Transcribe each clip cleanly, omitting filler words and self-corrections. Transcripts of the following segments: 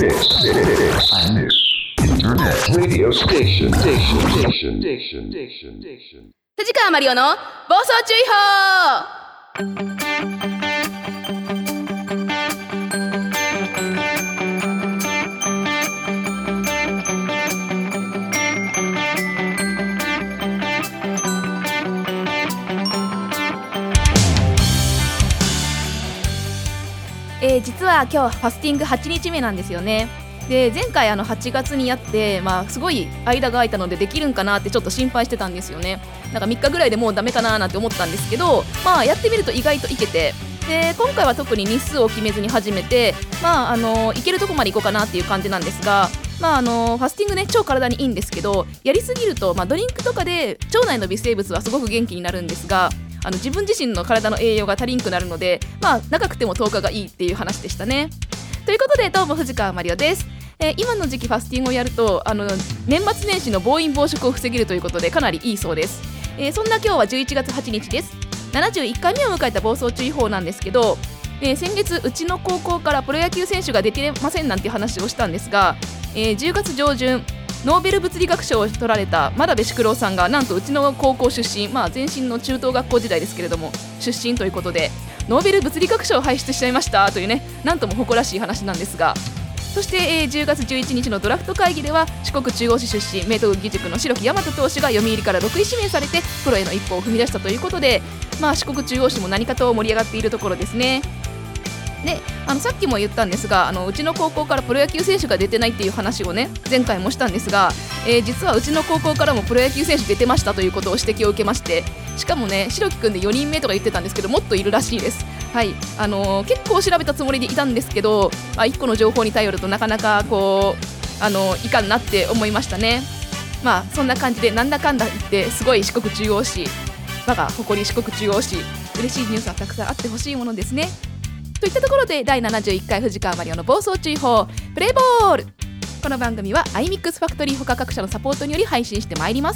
Internet radio station. 藤川マリオの暴走注意報。実は今日ファスティング8日目なんですよね。で前回8月にやって、すごい間が空いたのでできるんかなってちょっと心配してたんですよね。なんか3日ぐらいでもうダメかななんて思ったんですけど、やってみると意外といけて、で今回は特に日数を決めずに始めて、いけるとこまで行こうかなっていう感じなんですが、ファスティングね超体にいいんですけど、やりすぎると、ドリンクとかで腸内の微生物はすごく元気になるんですが、自分自身の体の栄養が足りんくなるので、長くても10日がいいっていう話でしたね。ということでどうも藤川マリオです。今の時期ファスティングをやると年末年始の暴飲暴食を防げるということでかなりいいそうです。そんな今日は11月8日です。71回目を迎えた暴走注意報なんですけど、先月うちの高校からプロ野球選手が出てませんなんていう話をしたんですが、10月上旬ノーベル物理学賞を取られた真鍋淑郎さんがなんとうちの高校出身、前身の中等学校時代ですけれども出身ということでノーベル物理学賞を輩出しちゃいましたというね、なんとも誇らしい話なんですが、そして、10月11日のドラフト会議では四国中央市出身明徳義塾の白木大和投手が読売から6位指名されてプロへの一歩を踏み出したということで、四国中央市も何かと盛り上がっているところですね。でさっきも言ったんですがうちの高校からプロ野球選手が出てないっていう話をね前回もしたんですが、実はうちの高校からもプロ野球選手出てましたということを指摘を受けまして、しかもね白木くんで4人目とか言ってたんですけどもっといるらしいです。はい、結構調べたつもりでいたんですけど、1個の情報に頼るとなかなかいかんなって思いましたね。そんな感じでなんだかんだ言ってすごい四国中央市、我が誇り四国中央市、嬉しいニュースはたくさんあってほしいものですね。といったところで第71回藤川マリオの暴走注意報プレイボール。この番組は iMix ファクトリー他各社のサポートにより配信してまいります。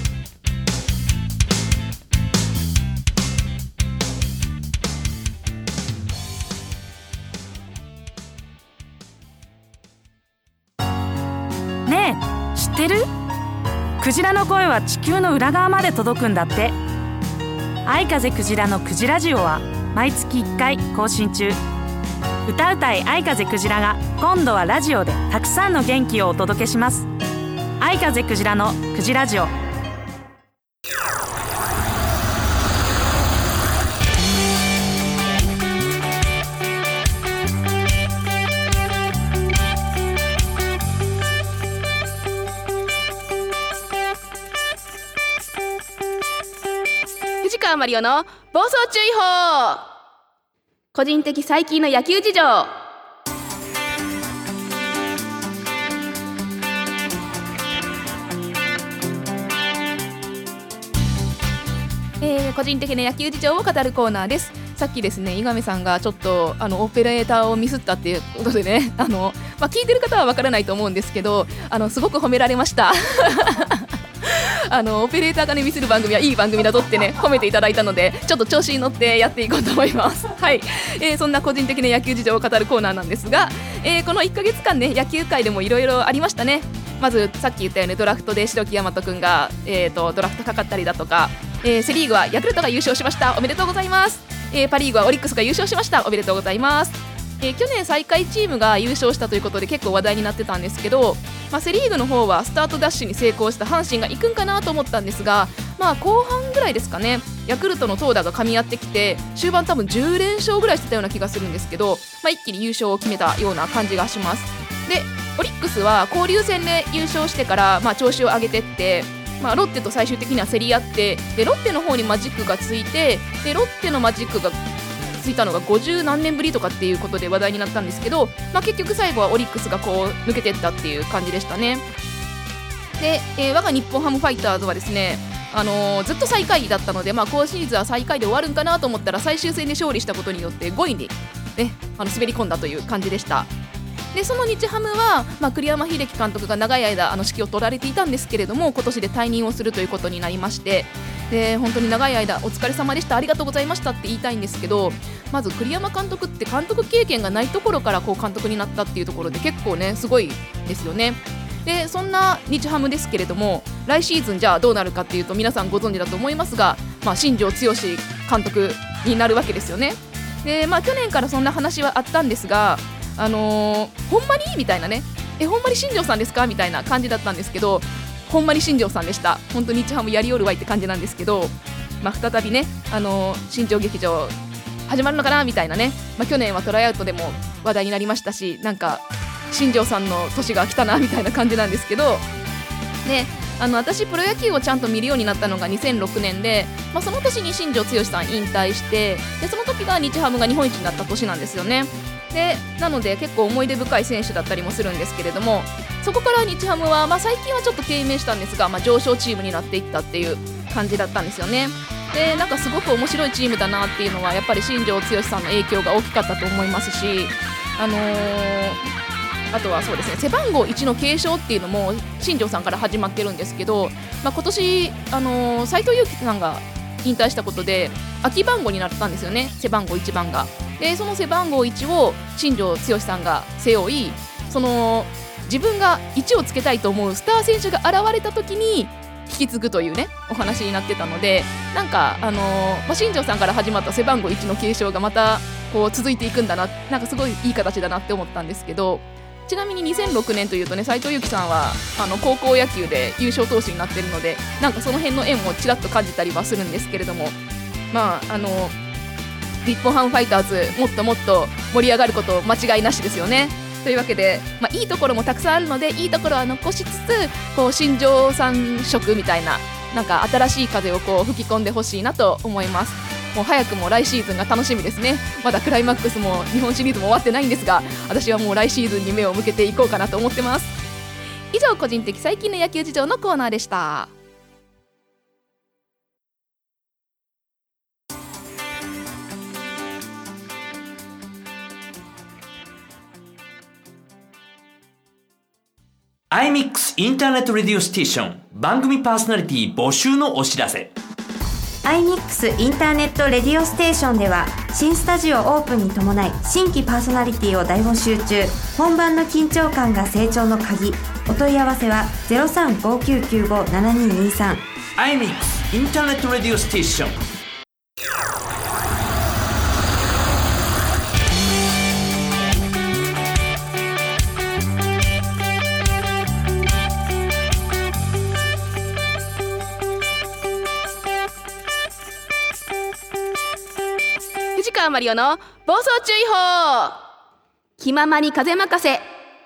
ねえ知ってる？クジラの声は地球の裏側まで届くんだって。愛風クジラのクジラジオは毎月1回更新中。歌うたい愛風クジラが今度はラジオでたくさんの元気をお届けします。愛風クジラのクジラジオ。 藤川マリオの暴走注意報。個人的最近の野球事情。個人的な野球事情を語るコーナーです。さっきですね、伊上さんがちょっとオペレーターをミスったっていうことでね、聞いてる方はわからないと思うんですけど、すごく褒められましたオペレーターがねミスる番組はいい番組だぞってね褒めていただいたので、ちょっと調子に乗ってやっていこうと思いますはい、そんな個人的な野球事情を語るコーナーなんですが、この1ヶ月間ね野球界でもいろいろありましたね。まずさっき言ったようにドラフトで白木大和くんが、ドラフトかかったりだとか、セリーグはヤクルトが優勝しました、おめでとうございます。パリーグはオリックスが優勝しました、おめでとうございます。去年最下位チームが優勝したということで結構話題になってたんですけど、セリーグの方はスタートダッシュに成功した阪神が行くんかなと思ったんですが、後半ぐらいですかね、ヤクルトの投打が噛み合ってきて終盤多分10連勝ぐらいしてたような気がするんですけど、一気に優勝を決めたような感じがします。でオリックスは交流戦で優勝してから、調子を上げてって、ロッテと最終的には競り合って、でロッテの方にマジックがついて、でロッテのマジックがついたのが50何年ぶりとかっていうことで話題になったんですけど、結局最後はオリックスが抜けてったっていう感じでしたね。で、我が日本ハムファイターズはですね、ずっと最下位だったので、今シーズンは最下位で終わるんかなと思ったら最終戦で勝利したことによって5位に、ね、滑り込んだという感じでした。でその日ハムは、栗山英樹監督が長い間指揮を取られていたんですけれども、今年で退任をするということになりまして、 で本当に長い間お疲れ様でした、ありがとうございましたって言いたいんですけど、まず栗山監督って監督経験がないところからこう監督になったっていうところで結構ねすごいですよね。でそんな日ハムですけれども、来シーズンじゃあどうなるかっていうと皆さんご存知だと思いますが、新庄剛志監督になるわけですよね。で去年からそんな話はあったんですが、ほんまにみたいなね、ほんまに新庄さんですかみたいな感じだったんですけど、ほんまに新庄さんでした。本当に日ハムやりおるわいって感じなんですけど、再びね新庄劇場始まるのかなみたいなね、去年はトライアウトでも話題になりましたし、なんか新庄さんの年が来たなみたいな感じなんですけど、で私プロ野球をちゃんと見るようになったのが2006年で、その年に新庄剛志さん引退して、でその時が日ハムが日本一になった年なんですよね。でなので結構思い出深い選手だったりもするんですけれども、そこから日ハムは、最近はちょっと低迷したんですが、上昇チームになっていったっていう感じだったんですよね。でなんかすごく面白いチームだなっていうのはやっぱり新庄剛志さんの影響が大きかったと思いますし、あとはそうですね、背番号1の継承っていうのも新庄さんから始まってるんですけど、今年斎藤佑樹さんが引退したことで空き番号になったんですよね、背番号1番が。でその背番号1を新庄剛志さんが背負い、その自分が1をつけたいと思うスター選手が現れた時に引き継ぐというねお話になってたので、なんか新庄さんから始まった背番号1の継承がまたこう続いていくんだな、なんかすごいいい形だなって思ったんですけど、ちなみに2006年というとね、斎藤佑樹さんは高校野球で優勝投手になっているので、なんかその辺の縁もちらっと感じたりはするんですけれども、日本ハムファイターズもっともっと盛り上がること間違いなしですよね。というわけで、いいところもたくさんあるので、いいところは残しつつこう新庄さん色みたいな、なんか新しい風をこう吹き込んでほしいなと思います。もう早くも来シーズンが楽しみですね。まだクライマックスも日本シリーズも終わってないんですが、私はもう来シーズンに目を向けていこうかなと思ってます。以上、個人的最近の野球事情のコーナーでした。 iMix インターネットレディオステーション番組パーソナリティ募集のお知らせ。 iMix インターネットレディオステーションでは新スタジオオープンに伴い新規パーソナリティを大募集中。本番の緊張感が成長の鍵。お問い合わせは 0359957223。 iMix インターネットレディオステーション。 藤川マリオの暴走注意報。気ままに風任せ。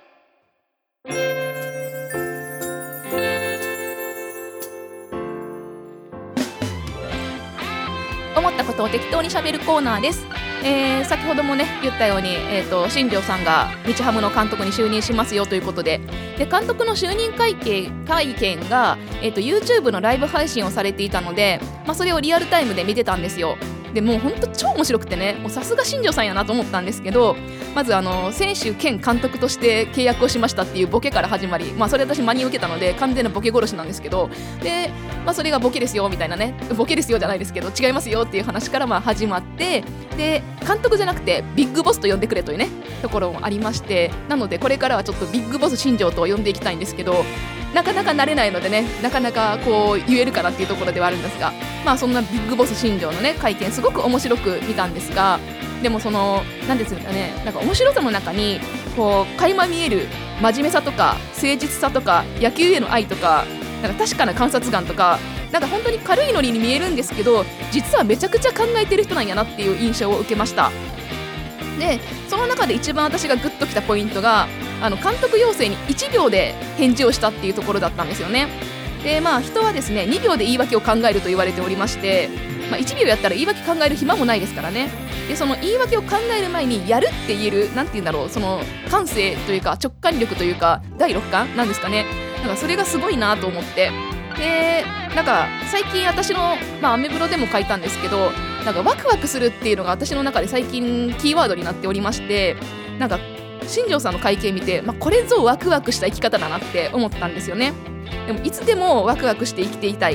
思ったことを適当に喋るコーナーです。先ほどもね言ったように、新庄さんが日ハムの監督に就任しますよということで、監督の就任会見が、YouTube のライブ配信をされていたので、それをリアルタイムで見てたんですよ。でもう本当超面白くてね、もうさすが新庄さんやなと思ったんですけど、まず選手兼監督として契約をしましたっていうボケから始まり、それ私真に受けたので完全なボケ殺しなんですけど、で、それがボケですよみたいなね、ボケですよじゃないですけど違いますよっていう話から始まって、で監督じゃなくてビッグボスと呼んでくれというねところもありまして、なのでこれからはちょっとビッグボス新庄と呼んでいきたいんですけど、なかなか慣れないのでね、なかなかこう言えるかなっていうところではあるんですが、そんなビッグボス新庄のね会見すごく面白く見たんですが、でもそのなんですかね、なんか面白さの中にこう垣間見える真面目さとか誠実さとか野球への愛とか、なんか確かな観察眼とか、なんか本当に軽いノリに見えるんですけど、実はめちゃくちゃ考えてる人なんやなっていう印象を受けました。でその中で一番私がグッときたポイントが、監督要請に1秒で返事をしたっていうところだったんですよね。で人はですね2秒で言い訳を考えると言われておりまして、1秒やったら言い訳考える暇もないですからね。でその言い訳を考える前にやるって言える、なんて言うんだろう、その感性というか直感力というか第六感なんですかね。なんかそれがすごいなと思って、でなんか最近私の、アメブロでも書いたんですけど、なんかワクワクするっていうのが私の中で最近キーワードになっておりまして、なんか新庄さんの会見見て、これぞワクワクした生き方だなって思ったんですよね。でもいつでもワクワクして生きていたい、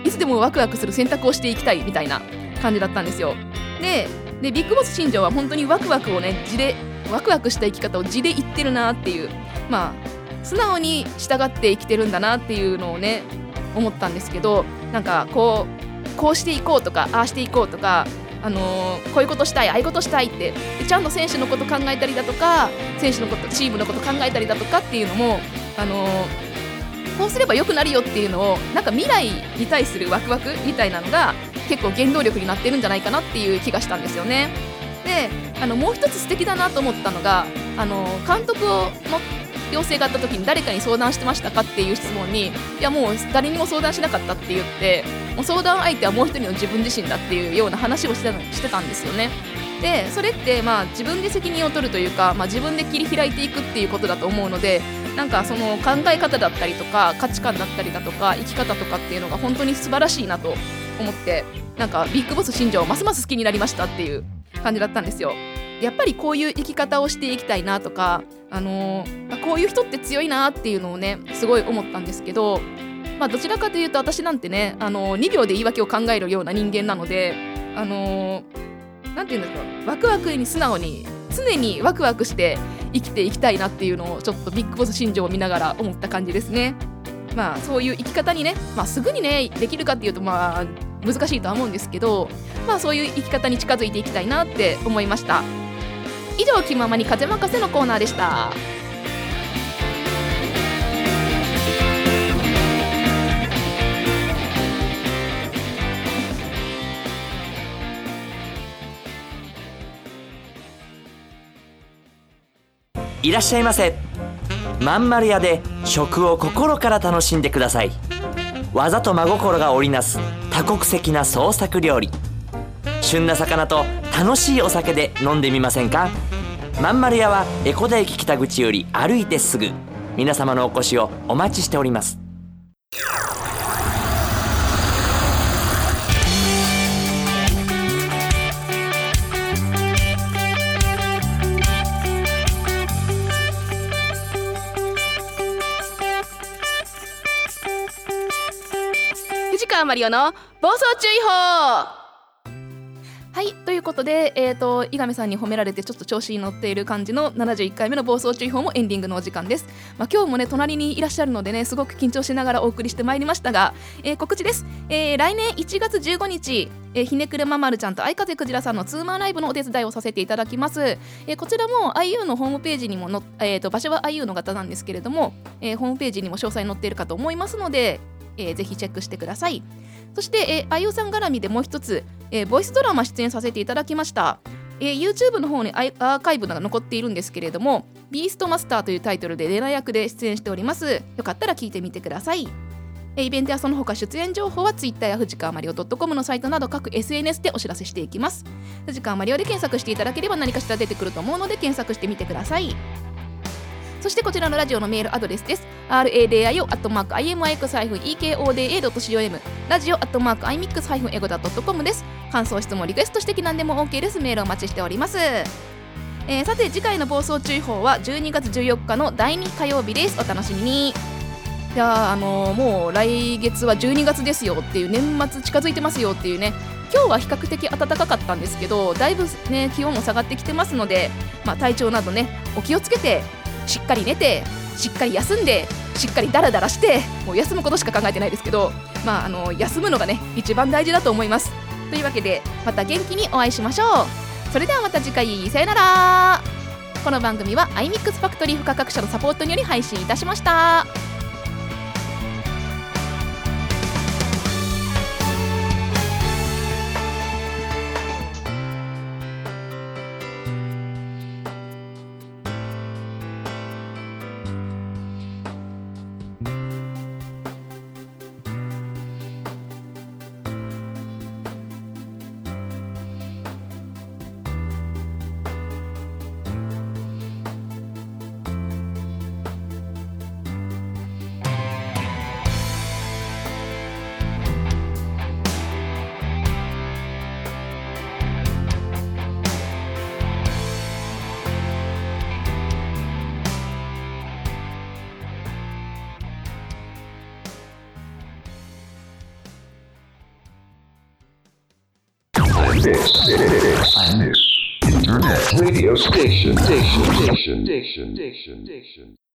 いつでもワクワクする選択をしていきたいみたいな感じだったんですよ。でビッグボス新庄は本当にワクワクをねワクワクした生き方を地で言ってるなっていう、素直に従って生きてるんだなっていうのをね思ったんですけど、なんかこうしていこうとかああしていこうとか、こういうことしたいああいうことしたいってでちゃんと選手のこと考えたりだとか選手のことチームのこと考えたりだとかっていうのもこうすれば良くなるよっていうのをなんか未来に対するワクワクみたいなのが結構原動力になってるんじゃないかなっていう気がしたんですよね。でもう一つ素敵だなと思ったのが監督の要請があった時に誰かに相談してましたかっていう質問に、いやもう誰にも相談しなかったって言って、もう相談相手はもう一人の自分自身だっていうような話をしてたんですよね。でそれって自分で責任を取るというか、自分で切り開いていくっていうことだと思うので、なんかその考え方だったりとか価値観だったりだとか生き方とかっていうのが本当に素晴らしいなと思って、なんかビッグボス新庄ますます好きになりましたっていう感じだったんですよ。やっぱりこういう生き方をしていきたいなとか、こういう人って強いなっていうのをねすごい思ったんですけど、どちらかというと私なんてね2秒で言い訳を考えるような人間なので、なんていうんですか、ワクワクに素直に常にワクワクして生きていきたいなっていうのをちょっとビッグボス新庄を見ながら思った感じですね。そういう生き方にね、すぐにねできるかっていうと難しいとは思うんですけど、そういう生き方に近づいていきたいなって思いました。以上、気ままに風任せのコーナーでした。 いらっしゃいませ。まんまる屋で食を心から楽しんでください。技と真心が織りなす多国籍な創作料理、旬な魚と楽しいお酒で飲んでみませんか。まんまる屋は江古田駅北口より歩いてすぐ。皆様のお越しをお待ちしております。 藤川マリオの暴走注意報。はい、ということで、伊亀さんに褒められてちょっと調子に乗っている感じの71回目の暴走注意報もエンディングのお時間です。今日もね隣にいらっしゃるのでねすごく緊張しながらお送りしてまいりましたが、告知です。来年1月15日、ひねくれままるちゃんと相風クジラさんのツーマンライブのお手伝いをさせていただきます。こちらも IU のホームページにも場所は IU の方なんですけれども、ホームページにも詳細載っているかと思いますので、ぜひチェックしてください。そして、IU さん絡みでもう一つ、ボイスドラマ出演させていただきました。YouTube の方にアーカイブが残っているんですけれども、ビーストマスターというタイトルでレナ役で出演しております。よかったら聞いてみてください。イベントやその他出演情報は Twitter や藤川マリオ .com のサイトなど各 SNS でお知らせしていきます。藤川マリオで検索していただければ何かしら出てくると思うので検索してみてください。そしてこちらのラジオのメールアドレスです。radio@imix-ekoda.com ラジオ@imix-ego.com です。感想、質問、リクエスト、指摘なんでも OK です。メールお待ちしております。さて次回の暴走注意報は12月14日の第2火曜日です。お楽しみに。いやもう来月は12月ですよっていう、年末近づいてますよっていうね。今日は比較的暖かかったんですけど、だいぶね気温も下がってきてますので、体調などねお気をつけて、しっかり寝て、しっかり休んで、しっかりダラダラして、もう休むことしか考えてないですけど、休むのがね一番大事だと思います。というわけでまた元気にお会いしましょう。それではまた次回、さよなら。この番組は iMix ファクトリー付加各社のサポートにより配信いたしました。 Internet radio station.